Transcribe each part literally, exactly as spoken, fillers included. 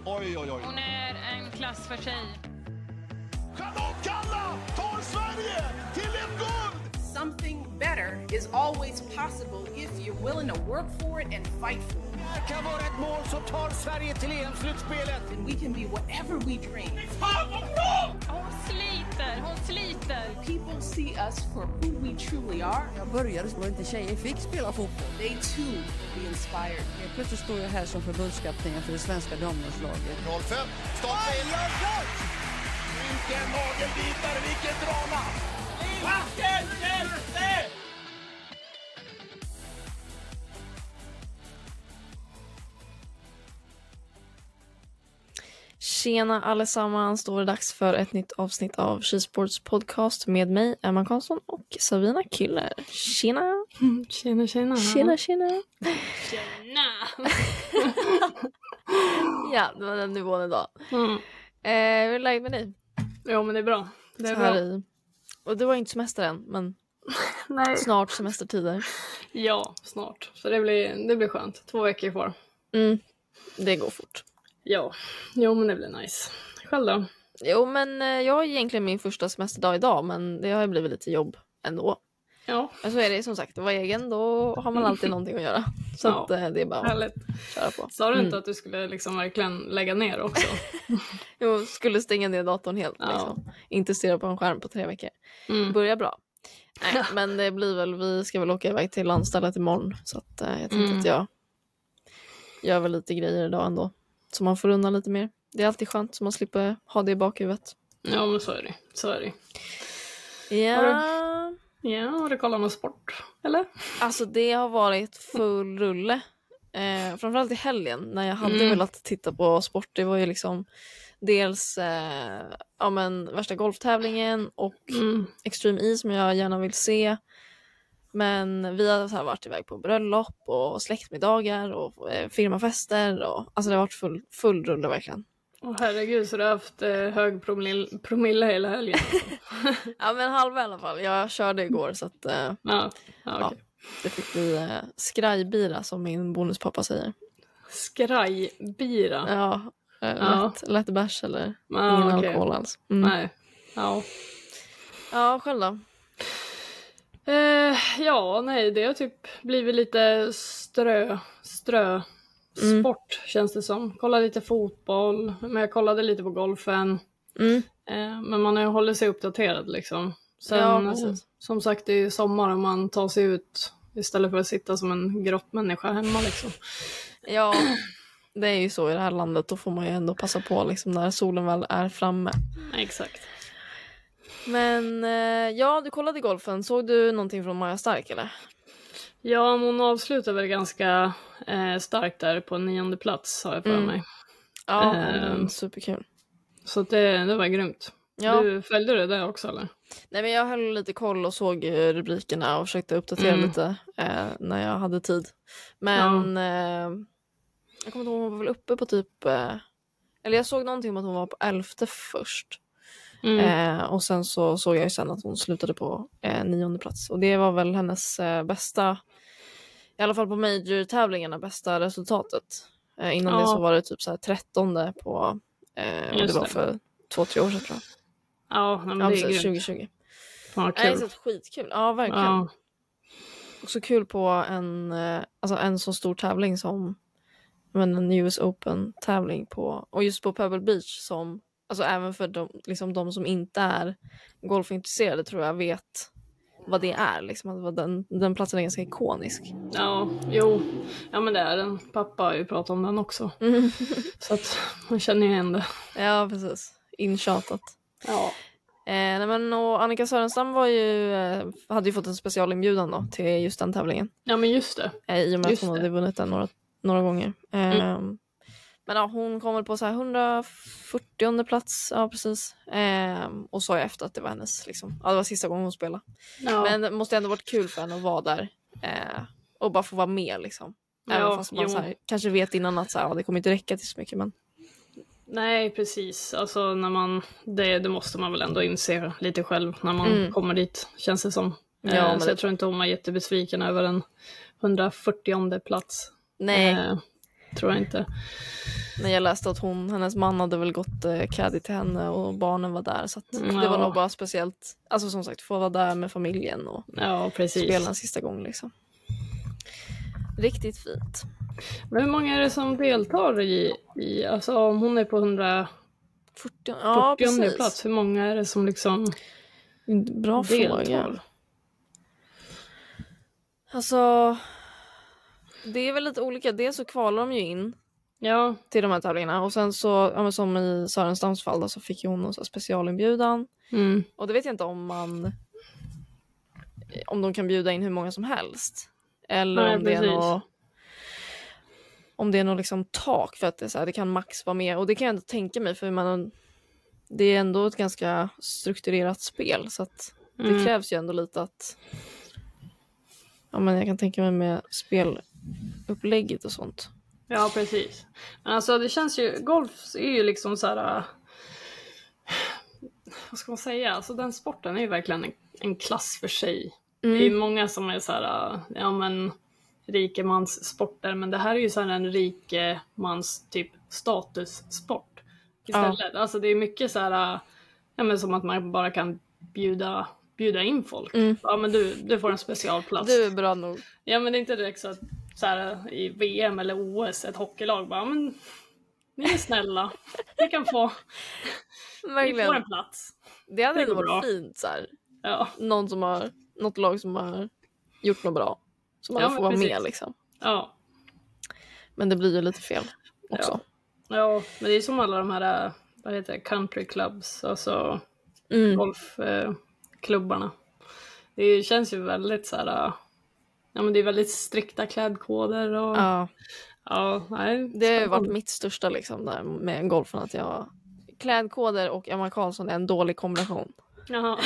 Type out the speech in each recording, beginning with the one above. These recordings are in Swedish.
Oj, oj, oj. Hon är en klass för sig. Charlotte Kalla tar Sverige till ett guld! Something better is always possible if you're willing to work for it and fight for it. Det kan vara ett mål som tar Sverige till E M-slutspelet. And we can be whatever we dream. Fan vad bra! Hon sliter, hon sliter. People see us for who we truly are. Jag började så inte tjejer fick spela fotboll. They too will be inspired. Jag plötsligt står jag här som förbundskapten för det svenska damlandslaget. noll fem, starta in! Vilken nagelbitare, vilket drama! Tjena allesammans, då är det dags för ett nytt avsnitt av Skisports podcast med mig, Emma Karlsson och Sabina Killer. Tjena! Tjena, tjena! Tjena, tjena! Tjena! Ja, det var den nivån idag. Mm. Eh, hur är läget med dig? Ja, men det är bra. Det är Så här bra. i... Och du har inte semester än, men Nej. snart semestertider. Ja, snart. Så det blir, det blir skönt. Två veckor kvar. Mm, det går fort. Ja, jo men det blir nice. Själv då? Jo, men eh, jag har egentligen min första semesterdag idag, men det har ju blivit lite jobb ändå. Ja, Men så är det som sagt, att vara egen, då har man alltid någonting att göra. Så Ja. att, eh, det är bara att härligt. köra på. Sa du Mm. inte att du skulle liksom verkligen lägga ner också? Jag skulle stänga ner datorn helt. Ja. Liksom. Inte stirra på en skärm på tre veckor. Mm. Börjar bra. Nej, men det blir väl, vi ska väl åka iväg till landstället imorgon. Så att, eh, jag tänkte Mm. att jag gör väl lite grejer idag ändå. Så man får unna lite mer. Det är alltid skönt så man slipper ha det i bakhuvudet. Ja, men så är det. Så är det. Ja, Ja, har du kollat någon sport? Eller? alltså det har varit full rulle. Eh, framförallt i helgen när jag hade Mm. velat titta på sport. Det var ju liksom dels eh, ja, men, värsta golftävlingen och Mm. Extreme E som jag gärna vill se. Men vi har så här varit iväg på bröllop och släktmiddagar och eh, firmafester. Och, alltså det har varit full, full rulle verkligen. Åh herregud, så du har haft eh, hög promille, promille hela helgen? Alltså. Ja, men halva i alla fall. Jag körde igår så att eh, Ja, ja okej. det fick bli eh, skrajbira som min bonuspappa säger. Skrajbira? Ja, eh, Ja. lätt, lätt bärs eller Ja, ingen okej. alkohol alls. Mm. Nej. Ja. Ja, själv då? Eh, ja, nej, det har typ blivit lite strö, strö Mm. sport känns det som. Kolla lite fotboll, men jag kollade lite på golfen. Mm. Eh, men man har ju hållit sig uppdaterad liksom. Sen, Ja, eh, precis. som sagt, det är ju sommar och man tar sig ut istället för att sitta som en grottmänniska hemma liksom. Ja, det är ju så i det här landet. Då får man ju ändå passa på liksom, när solen väl är framme. Exakt. Men eh, ja, du kollade golfen. Såg du någonting från Maja Stark eller? Ja, men hon avslutar väl ganska eh, starkt där på nionde plats har jag för Mm. mig. Ja, Ehm. men superkul. Så att det, det var grymt. Ja. Du följde det där också eller? Nej, men jag höll lite koll och såg eh, rubrikerna och försökte uppdatera Mm. lite eh, när jag hade tid. Men eh, jag kommer inte ihåg, hon var väl uppe på typ... Eh, eller jag såg någonting om att hon var på elfte först. Mm. Eh, och sen så såg jag ju sen att hon slutade på eh, nionde plats. Och det var väl hennes eh, bästa, i alla fall på major-tävlingarna, bästa resultatet. Eh, innan Ja. det så var det typ så här trettonde på, eh, och Just det var det. för två, tre år sedan tror jag. Ja, men Ja, det är precis, grymt. tjugo tjugo. Fan vad Nej, kul. så skitkul. Ja, verkligen. Ja. Också kul på en, eh, alltså en så stor tävling som men en U S Open-tävling på, och just på Pebble Beach som, alltså även för de, liksom de som inte är golfintresserade tror jag vet vad det är. Liksom, att den, den platsen är ganska ikonisk. Ja, jo. Ja, men det är den. Pappa har ju pratat om den också. Så att man känner ju igen det. Ja, precis. Intjatat. Ja. Eh, nej, men, och Annika Sörenstam var ju, eh, hade ju fått en specialinbjudan då till just den tävlingen. Ja, men just det. Eh, I och med Just att hon det. hade vunnit den några, några gånger. Eh, Men ja, hon kom väl på så här hundrafyrtionde plats. Ja, precis. Eh, och sa ju efter att det var hennes, liksom, ja, det var sista gången hon spelade. Ja. Men det måste ändå varit kul för henne att vara där. Eh, och bara få vara med liksom. Även Ja, fast man jo. så här, kanske vet innan att så här, ja, det kommer inte räcka till så mycket. Men Nej, precis. Alltså när man, det, det måste man väl ändå inse lite själv när man Mm. kommer dit, känns det som. Ja, eh, men så det- jag tror inte hon var jättebesviken över en hundrafyrtionde plats. nej. Eh, tror jag inte. när jag läste att hon, hennes man hade väl gått eh, caddy till henne och barnen var där. Så att Mm, det var ja. nog bara speciellt, alltså som sagt, få vara där med familjen och Ja, precis. spela en sista gång liksom. Riktigt fint. Men hur många är det som deltar i, i alltså om hon är på hundrafyrtionde fyrtio, ja, precis. plats, hur många är det som liksom Bra deltar? fråga. Alltså, det är väl lite olika. Dels så kvalar de ju in Ja, till de här tävlingarna. Och sen så, ja, men som i Sörensdams fall då, så fick ju hon en så här specialinbjudan. mm. Och det vet jag inte om man om de kan bjuda in hur många som helst. Eller Nej, om det är precis. något om det är något liksom tak för att det, är så här, det kan max vara med. Och det kan jag ändå tänka mig, för man, det är ändå ett ganska strukturerat spel. Så att det Mm. krävs ju ändå lite att ja, men jag kan tänka mig med spelupplägget och sånt. Ja, precis. Men alltså det känns ju, golf är ju liksom så här, äh, vad ska man säga, alltså den sporten är ju verkligen en, en klass för sig. Det är ju många som är så här, äh, ja men rikemans sporter, men det här är ju så här en rikemans typ statussport istället. Alltså det är mycket så här, äh, ja men som att man bara kan bjuda bjuda in folk. Ja men du, du får en specialplats. Du är bra nog. Ja men det är inte direkt så att så här, i V M eller O S ett hockeylag bara, men ni är snälla, ni kan få ni får Verkligen. en plats. Det hade Det ändå går bra. varit fint så här. Ja, Någon som har, något lag som har gjort något bra. Som Ja, hade men får vara precis. med liksom. ja, Men det blir ju lite fel också. ja, men det är som alla de här, äh, vad heter det, country clubs, alltså Mm. golfklubbarna. Det känns ju väldigt så här, äh, ja men det är väldigt strikta klädkoder och ja, Ja, nej. det har ju varit spännande. mitt största liksom där med golfen, att jag klädkoder och Emma Karlsson är en dålig kombination. Jaha.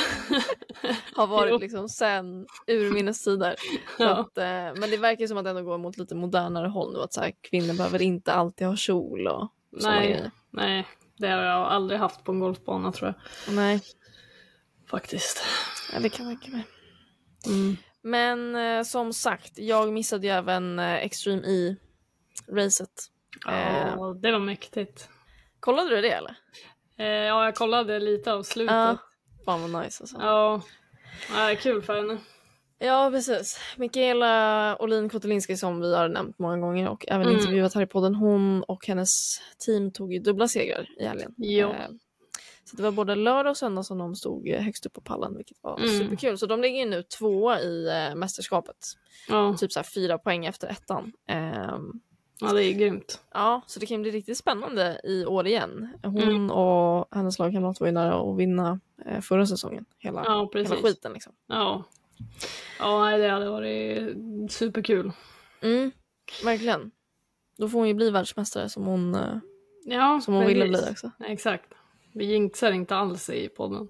Har varit Jo. liksom sen urminnes tider. Så Ja. att, eh, men det verkar ju som att det ändå går mot lite modernare håll nu. Att så här, kvinnor behöver inte alltid ha kjol och såna Nej, grejer. nej, det har jag aldrig haft på en golfbana tror jag. Nej, Faktiskt. ja, det kan verka med. Mm. Men eh, som sagt, jag missade ju även eh, Extreme E-racet. Eh, Ja, det var mäktigt. kollade du det eller? Eh, ja, jag kollade lite av slutet. Ja. Ja, Fan vad nice alltså. ja. det är kul för henne. Ja, precis. Mikaela Olin Kotelinski, som vi har nämnt många gånger och även Mm. intervjuat här i podden, hon och hennes team tog ju dubbla segrar i helgen. Jo. Eh, så det var både lördag och söndag som de stod eh, högst upp på pallen, vilket var Mm. superkul. Så de ligger ju nu tvåa i eh, mästerskapet. Ja, Typ så här fyra poäng efter ettan. Ehm, ja, det är grymt. ja, så det kan bli riktigt spännande i år igen. Hon Mm. och hennes lagkamrat var ju nära att vinna eh, förra säsongen. Hela, Ja, precis. hela skiten liksom. Ja, ja nej, det hade varit superkul. Mm, verkligen. Då får hon ju bli världsmästare som hon, eh, Ja, som hon ville precis. bli också. Exakt. Vi jinxar inte alls i podden.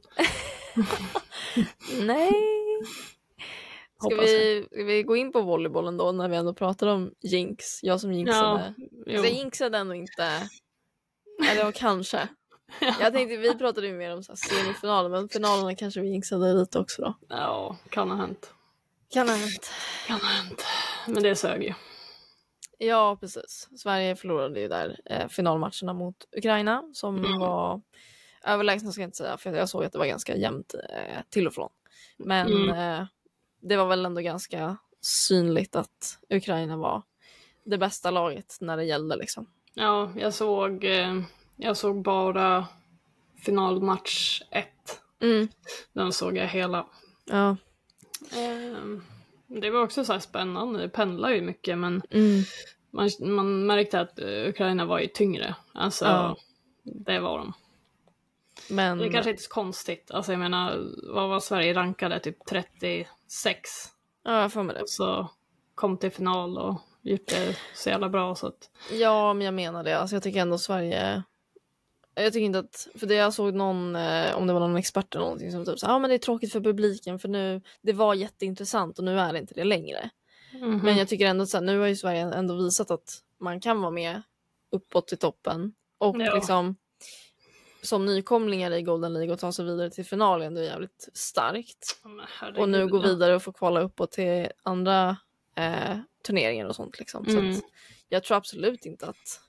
Nej. Ska Hoppas vi, ska vi gå in på volleybollen då, när vi ändå pratar om jinx? Jag som jinxade. Ja, Ja, jo. jag jinxade ändå inte. Eller kanske. Jag tänkte, vi pratade ju mer om så här semifinaler, men finalerna kanske vi jinxade lite också då. Ja, kan ha hänt. Kan ha hänt. Kan ha hänt. Men det sög ju. Ja, precis. Sverige förlorade ju där eh, finalmatcherna mot Ukraina, som Mm. var överlägsna, ska jag inte säga, för jag såg att det var ganska jämnt eh, till och från. Men Mm. eh, det var väl ändå ganska synligt att Ukraina var det bästa laget när det gällde liksom. Ja, jag såg, eh, jag såg bara finalmatch ett. Mm. Den såg jag hela. Ja. Ehm, Det var också så här spännande. Det pendlar ju mycket, men Mm. man, man märkte att eh, Ukraina var ju tyngre. Alltså, Ja. det var de. Men Det är kanske inte så konstigt. Alltså jag menar, vad var Sverige rankade? Typ trettiosex. ja, jag får med det. Och så kom till final och gjort det så jävla bra. Så att, Ja, men jag menar det. Alltså, jag tycker ändå Sverige... Jag tycker inte att... För det jag såg någon... Eh, om det var någon expert eller någonting som typ så, ja ah, men det är tråkigt för publiken, för nu... Det var jätteintressant och nu är det inte det längre. Mhm. Men jag tycker ändå så här, nu har ju Sverige ändå visat att man kan vara med uppåt i toppen. Och Ja. liksom... Som nykomlingar i Golden League och ta sig vidare till finalen, det är jävligt starkt. Men herregud, Och nu gå ja. vidare och få kvala uppåt till andra eh, turneringar och sånt liksom. Så Mm. att jag tror absolut inte att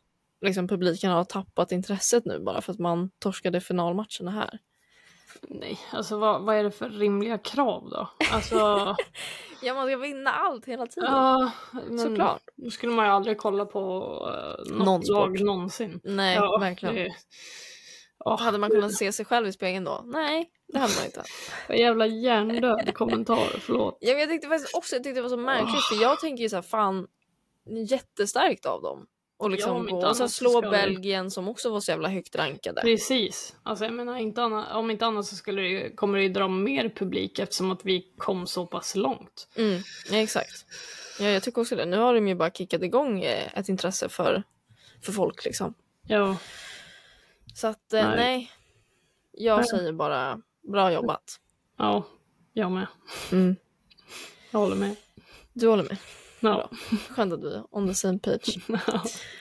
liksom publiken har tappat intresset nu bara för att man torskade finalmatcherna här. Nej, alltså vad, vad är det för rimliga krav då? Alltså... Ja, man ska vinna allt hela tiden. Ja, men såklart. Då skulle man ju aldrig kolla på uh, något Någon lag sport. någonsin. Nej, ja, verkligen. Det... Oh, hade man kunnat se sig själv i spegeln då? Nej, det hade man inte. Vad jävla hjärndöd kommentar, förlåt. Ja, men jag tyckte faktiskt också, jag tyckte det var så märkligt, oh. för jag tänker ju så här, fan, jättestarkt av dem. Och liksom ja, gå och så slå ska Belgien som också var så jävla högt rankade. Precis. Alltså jag menar, inte annat, om inte annat så skulle det, kommer det ju dra mer publik eftersom att vi kom så pass långt. Mm, ja, exakt. Ja, jag tycker också det. Nu har de ju bara kickat igång ett intresse för, för folk liksom. Ja. Så att, nej. nej. Jag nej. säger bara, bra jobbat. Ja, jag med. Mm. Jag håller med. Du håller med? Ja. Skönt att du är on the same page. Ja.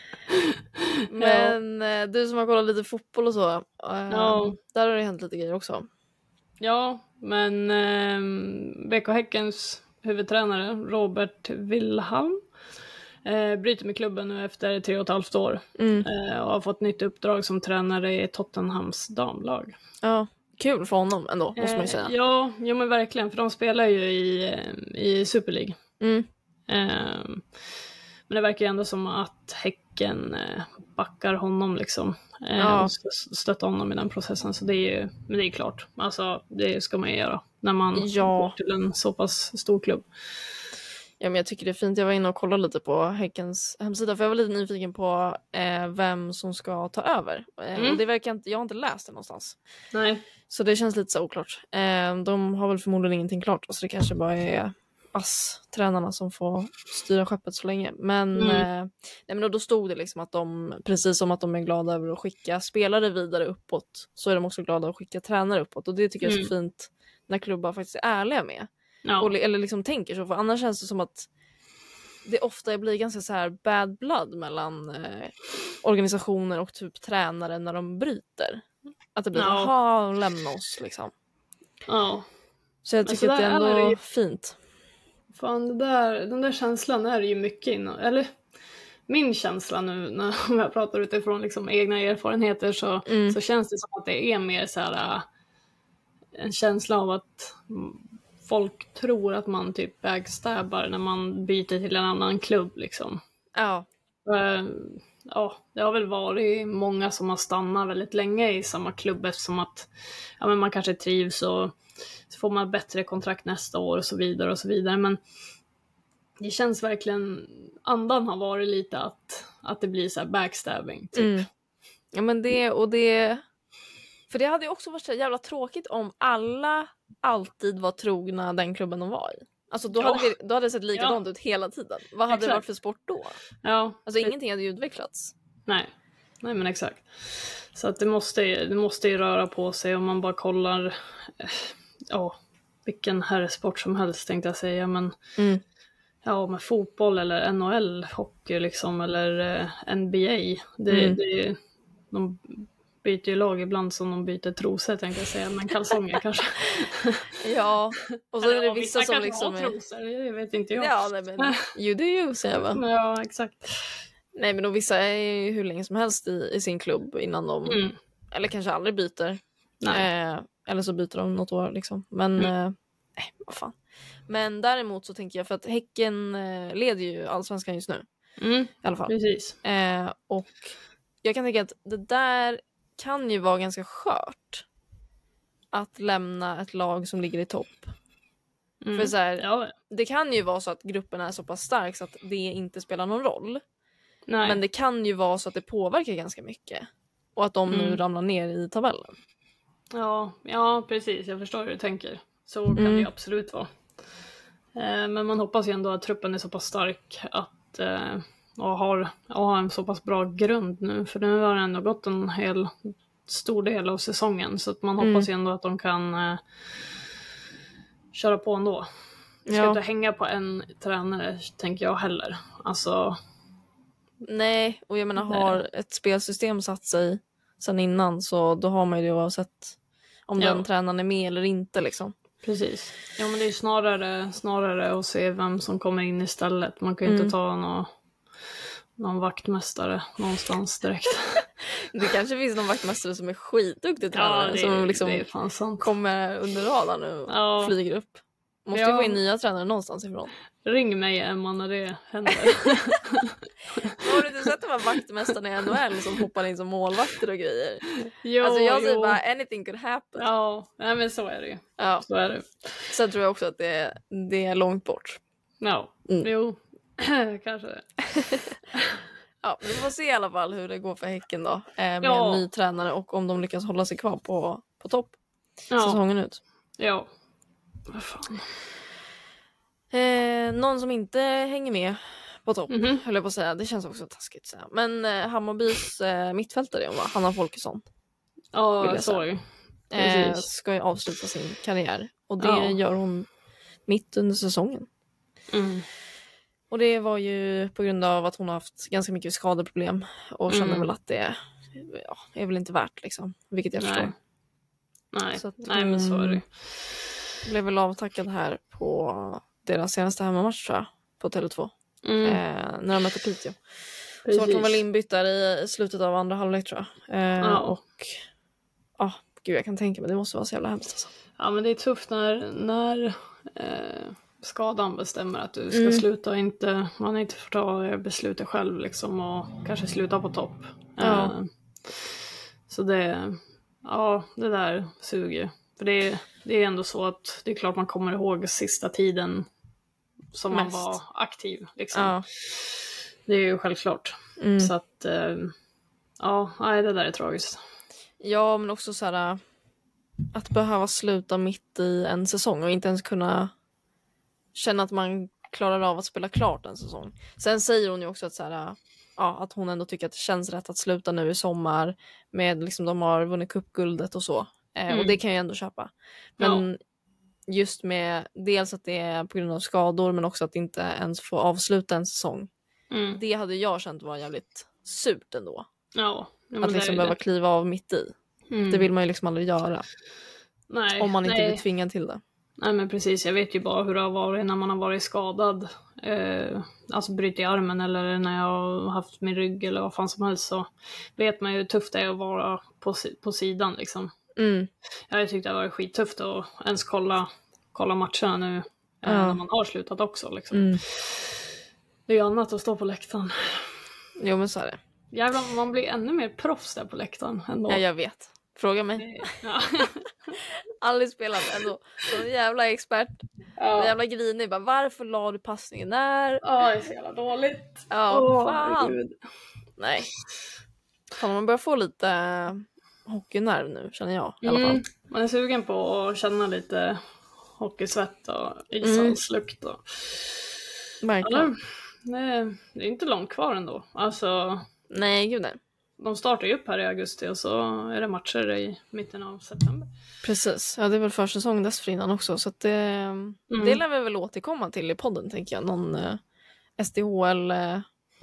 Men ja. Du som har kollat lite fotboll och så, äh, ja. där har det hänt lite grejer också. Ja, men äh, B K Häckens huvudtränare Robert Wilhelm äh, bryter med klubben nu efter tre och ett halvt år. Mm. Äh, och har fått nytt uppdrag som tränare i Tottenhams damlag. Ja, kul för honom ändå, måste man ju säga. Äh, ja, ja, men verkligen, för de spelar ju i, i Super League. Mm. Um, men det verkar ju ändå som att Häcken uh, backar honom liksom uh, ja. och stöttar honom i den processen, så det är ju, men det är klart, alltså det ska man ju göra när man ja. går till en så pass stor klubb. Ja, men jag tycker det är fint. Jag var inne och kollade lite på Häckens hemsida, för jag var lite nyfiken på eh, vem som ska ta över. Eh, mm. och det verkar inte, jag har inte läst det någonstans. Nej. Så det känns lite så oklart. Eh, de har väl förmodligen ingenting klart, så det kanske bara är ass-tränarna som får styra skeppet så länge. Men, mm. eh, nej, men då stod det liksom att de, precis som att de är glada över att skicka spelare vidare uppåt, så är de också glada att skicka tränare uppåt. Och det tycker jag är så mm. fint när klubbar faktiskt är ärliga med. Ja. Och, eller liksom tänker så, för annars känns det som att det ofta blir ganska så här bad blood mellan eh, organisationer och typ tränare när de bryter. Att det blir ja. ha lämna oss liksom. Ja. Så jag tycker att det är ändå är ju... fint. Fan, det där, den där känslan är ju mycket innan, eller min känsla nu när jag pratar utifrån liksom egna erfarenheter, så, mm. så känns det som att det är mer så här en känsla av att folk tror att man typ backstabbar när man byter till en annan klubb liksom. Ja. Uh, ja, det har väl varit många som har stannat väldigt länge i samma klubb eftersom att ja, men man kanske trivs och så får man bättre kontrakt nästa år och så vidare och så vidare. Men det känns verkligen, andan har varit lite att, att det blir så här backstabbing typ. Mm. Ja, men det och det, för det hade ju också varit så jävla tråkigt om alla alltid var trogna den klubben de var i. Alltså då, ja. hade, vi, då hade det sett likadant ja. ut hela tiden. Vad hade exakt. det varit för sport då? Ja. Alltså ingenting hade ju utvecklats. Nej, nej men exakt. Så att det måste, det måste ju röra på sig om man bara kollar, ja, vilken herrsport som helst tänkte jag säga, men mm. ja, med fotboll eller N H L, hockey liksom, eller eh, N B A, det, mm. det, de byter ju lag ibland som de byter trosor tänkte jag säga, men kalsonger kanske. Ja, och så är det ja, vissa, vissa som liksom är... trosor, det vet inte jag. Ja, nej, men you do you, säger jag va? Ja, exakt. Nej, men de vissa är ju hur länge som helst i, i sin klubb innan de, mm. eller kanske aldrig byter. Eh, eller så byter de något år liksom. Men, mm. eh, nej, vad fan. Men däremot så tänker jag, för att Häcken eh, leder ju Allsvenskan just nu. Mm. I alla fall. Precis. Eh, och jag kan tänka att det där kan ju vara ganska skört. Att lämna ett lag som ligger i topp. Mm. För så här, ja. det kan ju vara så att gruppen är så pass stark så att det inte spelar någon roll. Nej. Men det kan ju vara så att det påverkar ganska mycket. Och att de mm. nu ramlar ner i tabellen. Ja, ja, precis. Jag förstår hur du tänker. Så kan mm. det ju absolut vara. Eh, men man hoppas ju ändå att truppen är så pass stark att eh, och har, och har en så pass bra grund nu. För nu har det ändå gått en hel stor del av säsongen. Så att man mm. hoppas ju ändå att de kan eh, köra på ändå. Ska ja. inte hänga på en tränare, tänker jag heller. Alltså... Nej, och jag menar, har ett spelsystem satt sig sen innan, så då har man ju det oavsett om ja. den tränaren är med eller inte liksom. Precis. Ja, men det är snarare, snarare att se vem som kommer in istället. Man kan ju mm. inte ta några, någon vaktmästare någonstans direkt. Det kanske finns någon vaktmästare som är skitduktig Ja, tränare det, som liksom det är fan sant. kommer under radarn nu och Ja. flyger upp. Måste Ja. ju få in nya tränare någonstans ifrån. Ring mig Emma när det händer. Har du inte sett de här vaktmästarna i N H L som hoppar in som målvakter och grejer? jo, Alltså jag säger jo. bara anything could happen. Ja. Ja, nej, men så är det ju. Så är det. Sen tror jag också att det, det är långt bort. Ja, Mm. jo. Kanske det. Ja, vi får se i alla fall hur det går för Häcken då. Eh, med Ja. en ny tränare och om de lyckas hålla sig kvar på, på topp Ja, säsongen ut. ja. Vad fan. Eh, någon som inte hänger med på topp, Mhm. höll jag på att säga. Det känns också taskigt att säga. Men eh, Hammarbys eh, mittfältare, va? Hanna Folkesson, Ja, Vill jag jag såg säga. ju. eh, Precis. ska ju avsluta sin karriär. Och det Ja. gör hon mitt under säsongen. Mm. Och det var ju på grund av att hon har haft ganska mycket skadeproblem. Och känner Mm. väl att det ja, är väl inte värt liksom. Vilket jag Nej. förstår. Nej. Så att, nej, men så är det. mm, Blev väl avtackad här på deras senaste hemmamatch tror jag. På Tele två. Mm. Eh, när de mötte Piteå. Så Precis. vart hon väl inbytt där i slutet av andra halvlek tror jag. Eh, Ja. Och ja, gud jag kan tänka mig. Det måste vara så jävla hemskt alltså. Ja, men det är tufft när, när eh, skadan bestämmer att du ska Mm. sluta och inte, man inte får ta beslutet själv liksom och kanske sluta på topp. Ja. Eh, så det, ja, det där suger. För det, det är ändå så att det är klart man kommer ihåg sista tiden som man Mest. var aktiv. Liksom. Ja. Det är ju självklart. Mm. Så att, eh, ja, nej, det där är tragiskt. Ja, men också så här att behöva sluta mitt i en säsong och inte ens kunna känna att man klarar av att spela klart en säsong. Sen säger hon ju också att så här, ja, att hon ändå tycker att det känns rätt att sluta nu i sommar med liksom de har vunnit cupguldet och så. Eh, Mm. Och det kan jag ändå köpa. Men just med dels att det är på grund av skador men också att inte ens få avsluta en säsong. Mm. Det hade jag känt var jävligt surt ändå. Ja, men Att det är liksom ju behöva det. kliva av mitt i. Mm. Det vill man ju liksom aldrig göra. Nej, Om man inte nej. blir tvingad till det. Nej men precis, jag vet ju bara hur det har varit när man har varit skadad. Eh, alltså brutit armen eller när jag har haft min rygg eller vad fan som helst så vet man ju hur tufft det är att vara på, si- på sidan liksom. Mm. Jag har tyckt det har varit skittufft att ens kolla, kolla matcherna nu eh, Ja. när man har slutat också liksom. Mm. Det är ju annat att stå på läktaren. Jo men så är det. Jävlar, man blir ännu mer proffs där på läktaren ändå. Ja, jag vet. Fråga mig. Ja. Aldrig spelat ändå. Så en jävla expert. En Ja. jävla grinig. Bara, varför la du passningen där? Ja, det är så jävla dåligt. Ja, Åh, fan. herregud. Nej. Fan, man börjar få lite äh, hockeynerv nu, känner jag i alla fall. Mm. Man är sugen på att känna lite hockeysvett och isens lukt. Och... Verkligen. Ja, det, det är inte långt kvar ändå. Alltså, Nej, gud nej. de startar ju upp här i augusti och så är det matcher i mitten av september. Precis. Ja, det är väl försäsong dessförinnan också. Så att det, Mm. det lär vi väl återkomma till i podden, tänker jag. Någon äh, S D H L äh,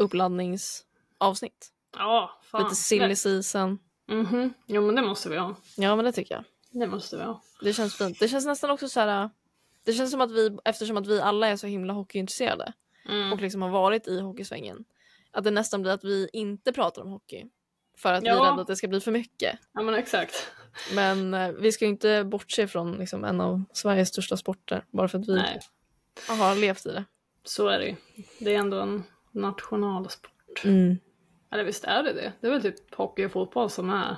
uppladdningsavsnitt. Ja, fan. Lite silly season. Mhm. Jo, men det måste vi ha. Ja, men det tycker jag. Det måste vi ha. Det känns fint. Det känns nästan också så här. Det känns som att vi, eftersom att vi alla är så himla hockeyintresserade Mm. och liksom har varit i hockeysvängen, att det nästan blir att vi inte pratar om hockey. För att vi Ja. är rädda att det ska bli för mycket. Ja, men exakt. Men eh, vi ska ju inte bortse från liksom, en av Sveriges största sporter. Bara för att vi Nej, har levt i det. så är det ju. Det är ändå en nationalsport. Mm. Eller visst är det det? Det är väl typ hockey och fotboll som är...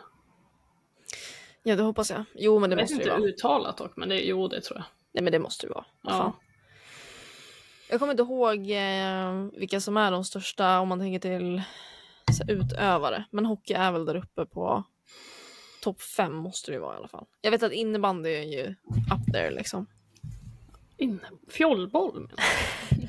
Ja, det hoppas jag. Jo, men det Jag vet måste det inte ju vara. uttalat dock, men det, jo, det tror jag. Nej, men det måste det vara. Vad Ja. fan. Jag kommer inte ihåg eh, vilka som är de största om man tänker till så, här, utövare. Men hockey är väl där uppe på topp fem måste det ju vara i alla fall. Jag vet att innebandy är ju up there liksom. Inne. Fjollboll menar jag.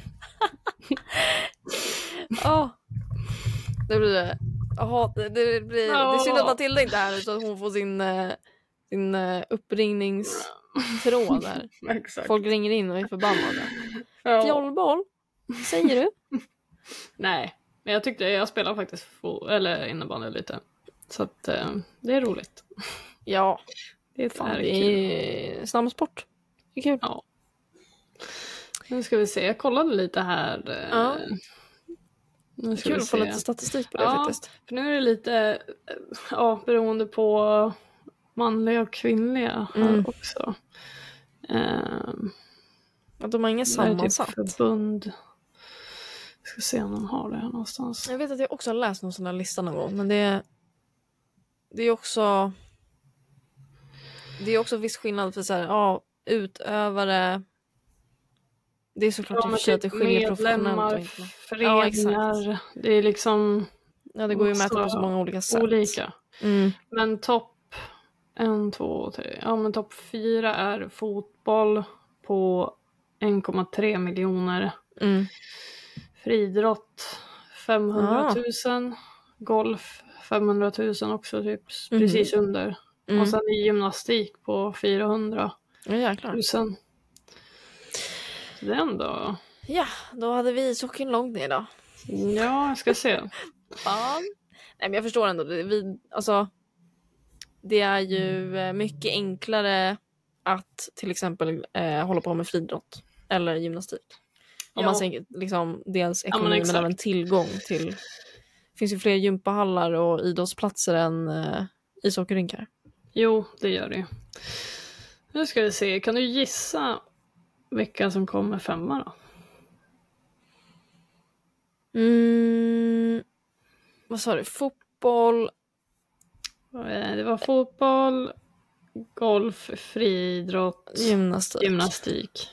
Ja. Det blir det. Jaha, det, det, blir, det är synd att Matilda inte är här så att hon får sin, eh, sin eh, uppringningstråd där. Exakt. Folk ringer in och är förbannade. Ja. Fjollboll? Säger du? Nej, men jag tyckte jag spelar faktiskt fo- eller innebandy lite. Så att eh, det är roligt. Ja. Det är, Fan, är det kul. är snabbsport. Det är kul. Ja. Nu ska vi se, jag kollade lite här. Eh, Ja. Nu ska Kul vi att få se. lite statistik på det Ja. faktiskt. För nu är det lite, ja, beroende på manliga och kvinnliga här Mm. också. Um, Att de har inget sammansatt. förbund. Jag ska se om de har det här någonstans. Jag vet att jag också har läst någon sån här lista någon gång, men det är det är också det är också viss skillnad för så här, ja, utövare. Det är såklart Ja, i och men för sig att det skiljer professionellt medlemmar, och inte. föreningar, det är liksom Ja, det går ju att mäta på också så många olika sätt. olika. Mm. Men topp en, två, tre. Ja, men topp fyra är fotboll på en komma tre miljoner. Mm. Friidrott femhundratusen. Golf femhundratusen också, typ Mhm. precis under. Mm. Och sen är gymnastik på fyrahundratusen. Ja, jäklar. Så det är ändå... Ja, då hade vi ishockeyn långt ner då. Ja, jag ska se. Fan. Nej, men jag förstår ändå. Det, vi, alltså, det är ju eh, mycket enklare att till exempel eh, hålla på med friidrott eller gymnastik. Om Ja. man tänker liksom dels ekonomi men men, exakt. även tillgång till. Det finns ju fler gympahallar och idrottsplatser än eh, ishockeyrinkar. Jo, det gör det. Nu ska vi se. Kan du gissa vilka som kommer femma då? Mm, vad sa du? Fotboll. Eh, Det var fotboll, golf, friidrott, Gymnastik. gymnastik.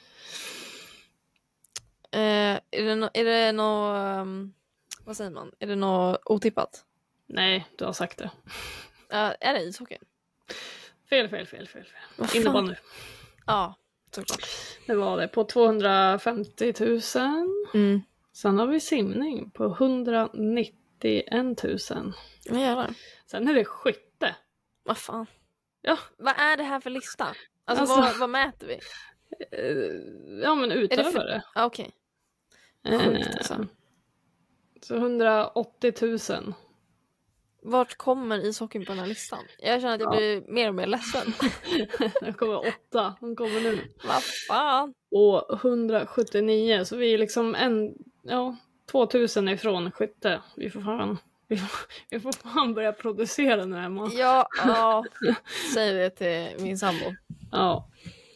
Eh, är det no, är det nå um, vad säger man? Är det något otippat? Nej, du har sagt det. Uh, är det ishockey? Fel, fel, fel, fel. Vad fel. fan? Innebandy. Ja, såklart. Det var det på tvåhundrafemtiotusen. Mm. Sen har vi simning på etthundranittiotusen. Ja, jävlar. Sen är det skytte. Vad fan? Ja. Vad är det här för lista? Alltså, Alltså- vad, vad mäter vi? Eh, Ja, men det för- utövare. Ja, okej. Sjukt alltså. Så hundraåttiotusen. Vart kommer ishockeyn på den här listan? Jag känner att jag Ja. blir mer och mer ledsen. Det kommer åtta. De kommer nu. Vad fan? Och hundrasjuttionio. Så vi är liksom en, ja, tvåtusen ifrån skytte. Vi får fan, vi får, vi får fan börja producera den här man. Ja, ja. Säg det till min sambo. Ja.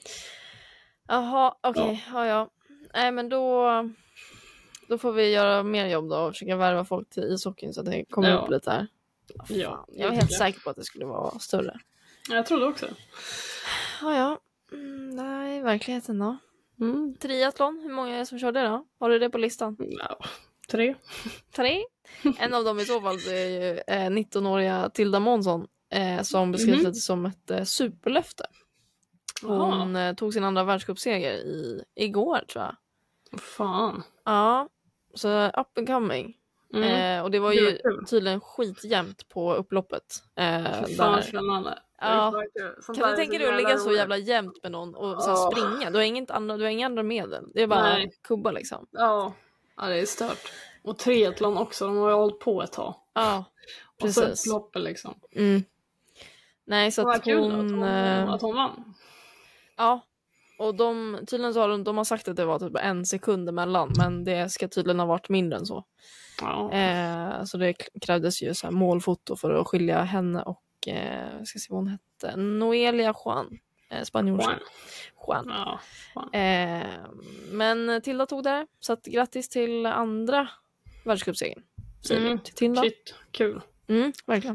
Jaha, okej. Ja. ja, Nej, men då, då får vi göra mer jobb då och försöka värva folk till ishockeyn så att det kommer Ja. upp lite här. Ja, Jag var helt säker på att det skulle vara större. Jag trodde också. Ja, ja. Mm, det här är verkligheten då. Mm. Triathlon, hur många är det som kör det då? Har du det på listan? Ja, tre. Tre? En av dem i så fall är ju eh, nittonåriga Tilda Månsson eh, som beskrivs Mhm. lite som ett eh, superlöfte. Hon eh, tog sin andra världscupseger i, igår tror jag. Fan. Ja, så up and coming. Mm. Eh, och det var Det ju var kul. tydligen skitjämnt på upploppet. Eh, Fy fan där. spännande. Ja. Sånt Kan där du är tänka dig att ligga så roligt. jävla jämnt med någon och sen Ja. springa? Du har, inget andra, du har inga andra medel. Det är bara Nej. kubba liksom. Ja. Ja, det är stört. Och triathlon också, de har ju hållit på ett tag. Ja, Och så precis. upploppet liksom. Mm. Nej, så Det var att kul hon... att hon, eh, att hon vann. Ja, och de, tydligen så har de, de har sagt att det var typ en sekund emellan, men det ska tydligen ha varit mindre än så. Ja. Eh, så det krävdes ju så här målfoto för att skilja henne och, eh, jag ska se vad hon hette, Noelia Juan, eh, spanjorska. Juan. Juan. Ja. Fan. Eh, men Tilda tog det, så att grattis till andra världscupsegern. Säger Mm. vi till Tilda. Shit, kul. Mm, verkligen.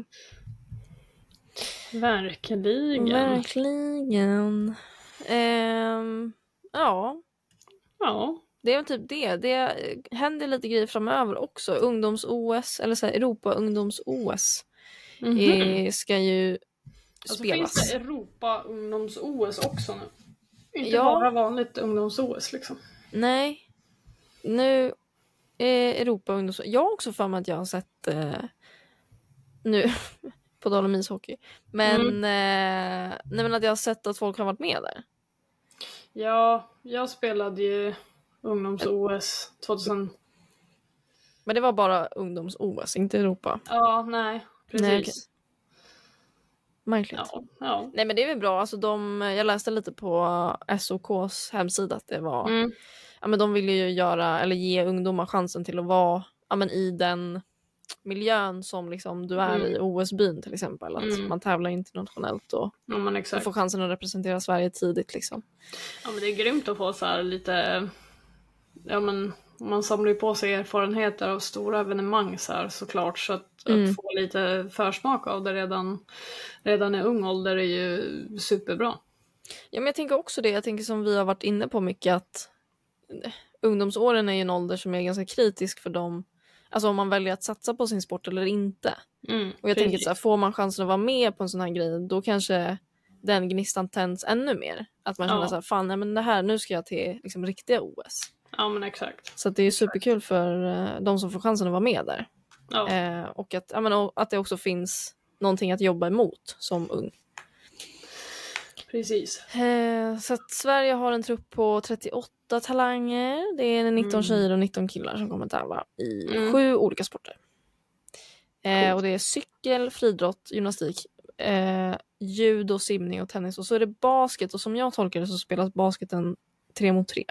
Verkligen. Verkligen. Ehm, ja, Ja. det är väl typ det. Det händer lite grejer framöver också. Ungdoms-O S, eller så här, Europa-ungdoms-O S Mhm. eh, ska ju Alltså, spelas. finns det Europa-ungdoms-O S också nu? Inte Ja. bara vanligt ungdoms-O S liksom. Nej, nu är Europa ungdoms... Jag har också för mig att jag har sett eh, nu på tal om ishockey. Men, Mm. eh, nej, men att jag har sett att folk har varit med där. Ja, jag spelade ju ungdoms-O S tjugohundra. Men det var bara ungdoms-O S, inte Europa. Ja, nej. Precis. Nej, okej. Märkligt. Ja, ja. Nej, men det är väl bra. Alltså, de, jag läste lite på S O K:s hemsida att det var... Mm. Ja, men de ville ju göra, eller ge ungdomar chansen till att vara ja, men i den miljön som liksom du är Mm. i O S-byn till exempel. Att Mm. man tävlar internationellt och, Ja, men och exakt. får chansen att representera Sverige tidigt liksom. Ja, men det är grymt att få så här lite, ja men man samlar ju på sig erfarenheter av stora evenemang så här såklart, så att, Mm. att få lite försmak av det redan, redan i ung ålder är ju superbra. Ja, men jag tänker också det. Jag tänker som vi har varit inne på mycket att eh, ungdomsåren är ju en ålder som är ganska kritisk för dem. Alltså om man väljer att satsa på sin sport eller inte. Mm, Och jag precis. tänker så här, får man chansen att vara med på en sån här grej, då kanske den gnistan tänds ännu mer. Att man känner Ja. så här, fan, nej, men det här, nu ska jag till liksom riktiga O S. Ja men exakt. Så att det är superkul för eh, de som får chansen att vara med där. Ja. Eh, och att, ja, men, och att det också finns någonting att jobba emot som ung. Precis. Eh, så att Sverige har en trupp på trettioåtta talanger. Det är nitton Mm. tjejer och nitton killar som kommer tävla i Mm. sju olika sporter. Eh, Coolt. och det är cykel, friidrott, gymnastik, eh, judo, simning och tennis. Och så är det basket, och som jag tolkar det så spelas basketen tre mot tre.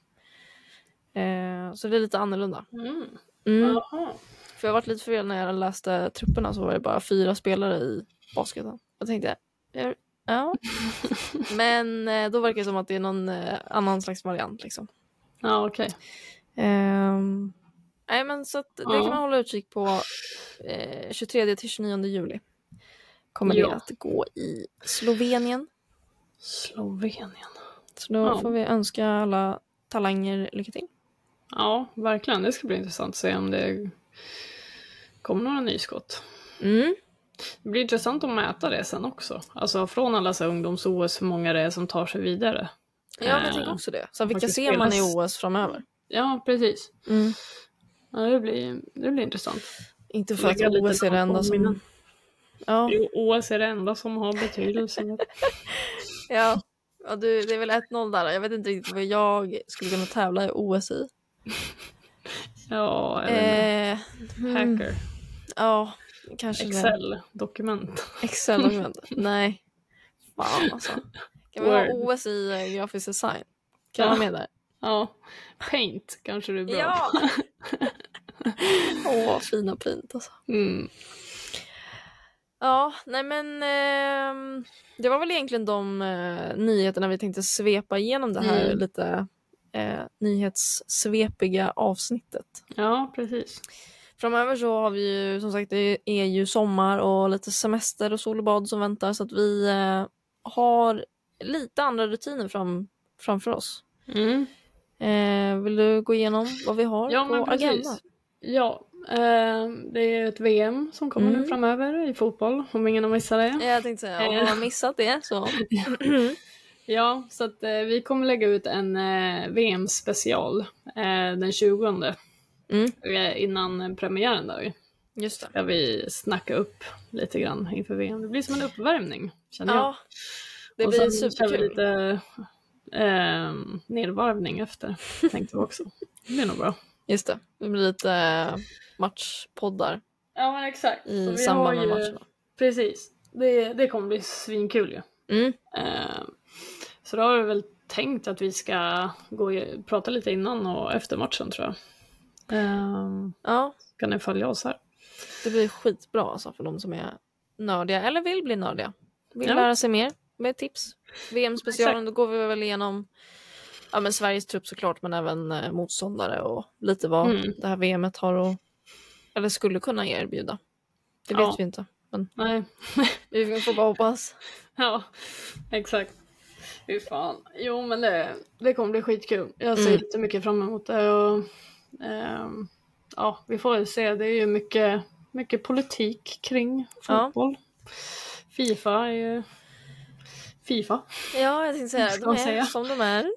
Eh, så det är lite annorlunda. Mm. Mm. Jaha. För jag har varit lite förvirrad när jag läste trupperna, så var det bara fyra spelare i basketen. Jag tänkte, eh, ja. Men eh, då verkar det som att det är någon eh, annan slags variant liksom. Ja okej. Ehm, nej men så att det Ja. kan man hålla utkik på eh, tjugotredje till tjugonionde juli. Kommer Ja. det att gå i Slovenien. Slovenien. Så då Ja. får vi önska alla talanger lycka till. Ja verkligen, det ska bli intressant att se om det kommer några nyskott. Mm. Det blir intressant att mäta det sen också. Alltså från alla så här ungdoms-O S hur många det är som tar sig vidare. Ja, men jag Eh, tänker också det. Så vilka faktiskt ser man i spelas- O S framöver? Ja precis. Mm. Ja, det, blir, det blir intressant. Inte för att Lägga lite O S är det enda som... påminnen. Ja. Jo, O S är det enda som har betydelse. Ja, ja du, det är väl ett noll där. Jag vet inte riktigt vad jag skulle kunna tävla i O S i. Ja, eller Eh, mm, hacker. ja, kanske det. Excel-dokument. Excel-dokument. Nej. Fan alltså. Kan vi ha Word. O S i eh, grafisk design? Kan jag Ja. vara med där? Ja, paint kanske du är bra. Ja! Åh, fina paint alltså. Mm. Ja, nej men ehm, det var väl egentligen de eh, nyheterna vi tänkte svepa igenom det här Mm. lite eh, nyhetssvepiga avsnittet. Ja, precis. Framöver så har vi ju, som sagt, det är ju sommar och lite semester och sol och bad som väntar, så att vi eh, har lite andra rutiner fram, framför oss. Mm. Eh, vill du gå igenom vad vi har Ja, på men precis. agendan? Ja, eh, det är ett V M som kommer Mm. nu framöver i fotboll, om ingen har missat det. Jag tänkte säga, om man har missat det så... Ja, så att eh, vi kommer lägga ut en eh, V M-special eh, den tjugonde Mm. eh, innan premiären där. Just det. Ska vi snacka upp lite grann inför V M. Det blir som en uppvärmning, känner jag. Ja, det Och blir sen kör vi superkul. lite eh, nedvarvning efter, tänkte vi också. Det blir nog bra. Just det, det blir lite eh, matchpoddar Ja, men exakt. Så i vi samband har med ju- matcherna. Precis. Det, det kommer bli svinkul ju. Mm. Eh, så då har vi väl tänkt att vi ska gå och prata lite innan och efter matchen, tror jag. Eh, Ja, kan ni följa oss här? det blir skitbra alltså för de som är nördiga eller vill bli nördiga. Vill Ja. lära sig mer med tips. V M-specialen, Exakt. då går vi väl igenom ja, men Sveriges trupp såklart, men även eh, motståndare och lite vad Mm. det här V M:et har och eller skulle kunna erbjuda. Det vet Ja. vi inte, men Nej. vi får bara hoppas. Ja, exakt. Fy fan. Jo, men det, det kommer bli skitkul. Jag ser Mm. jättemycket fram emot det. Och, ehm, ja, vi får väl se. Det är ju mycket, mycket politik kring Ja. fotboll. Fifa är ju Fifa. Ja, jag tänkte säga, Ska de man är säga. som de är.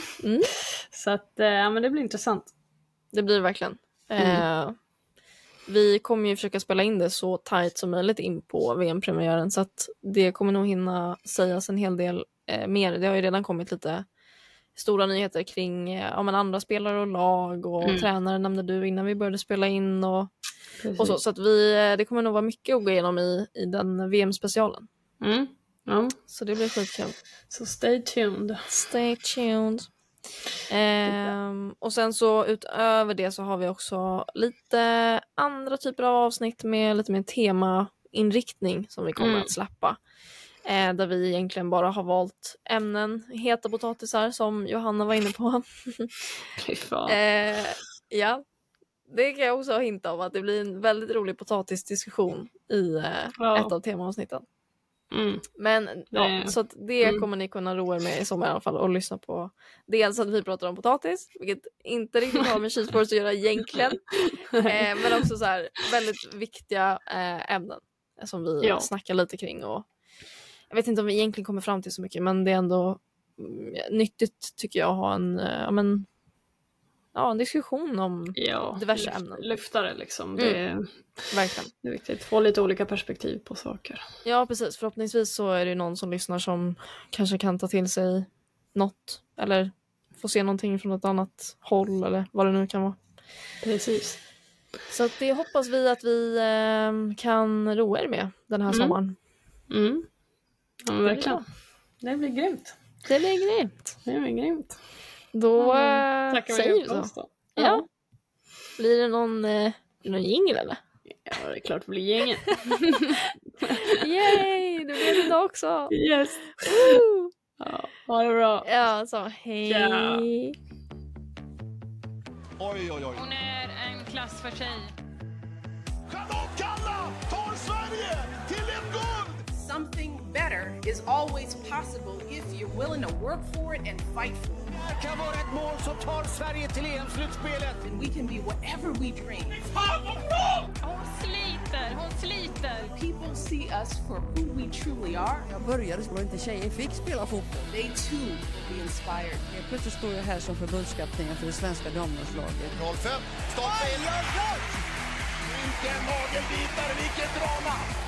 Så att, eh, ja, men det blir intressant. Det blir det verkligen. Mm. Eh, vi kommer ju försöka spela in det så tajt som möjligt in på V M-premiären, så att det kommer nog hinna sägas en hel del eh, mer. Det har ju redan kommit lite stora nyheter kring eh, ja, men andra spelare och lag och Mm. tränare nämnde du innan vi började spela in och, Precis. och så. Så att vi, eh, det kommer nog vara mycket att gå igenom i, i den V M-specialen. Mm. Ja. Så det blir skitkul. Så stay tuned. Stay tuned. Ehm, och sen så utöver det så har vi också lite andra typer av avsnitt med lite mer temainriktning som vi kommer Mm. att släppa. Eh, där vi egentligen bara har valt ämnen, heta potatisar som Johanna var inne på. Fy fan. eh, ja, det kan jag också ha hint av att det blir en väldigt rolig potatisdiskussion i eh, Ja. ett av temaavsnitten. Mm. Men ja, Det- så att det mm. kommer ni kunna roa er med i sommar i alla fall och lyssna på. Dels att vi pratar om potatis, vilket inte riktigt har med cheeseburgers att göra egentligen. eh, men också så här väldigt viktiga eh, ämnen som vi Ja. snackar lite kring. Och jag vet inte om vi egentligen kommer fram till så mycket, men det är ändå mm, nyttigt tycker jag att ha en, eh, ja, men, ja, en diskussion om Ja, diverse lyft- ämnen. Lyfta det liksom. Det, är, verkligen. det är viktigt. Få lite olika perspektiv på saker. Ja, precis. Förhoppningsvis så är det någon som lyssnar som kanske kan ta till sig något eller få se någonting från ett annat håll eller vad det nu kan vara. Precis. Så att det hoppas vi att vi eh, kan roa er med den här Mm. sommaren. Mm. Ja, men blir verkligen. Det blir grymt. Det blir grymt. Det blir grymt. Då Mm. eh, Tackar vi säger vi för så. oss då. Ja. Blir det någon, eh, någon jingle eller? Ja, det är klart det blir gänget. Yay! Det blev det också. Yes. Woo! Ja, ha det bra. Ja, så hej. Ja. Oj, oj, oj. Hon är en klass för sig. Charlotte Kalla tar Sverige till ett guld! Something better is always possible if you're willing to work for it and fight for it. Det kan vara ett mål som tar Sverige till E M-slutspelet. And we can be whatever we dream. Fan vad bra! Hon sliter, hon sliter. People see us for who we truly are. Jag började så inte tjejer fick spela fotboll. They too will be inspired. Helt plötsligt står jag här som förbundskapten för det svenska damlandslaget. noll fem, stolpe in. Vilken nagelbitare, vilket drama!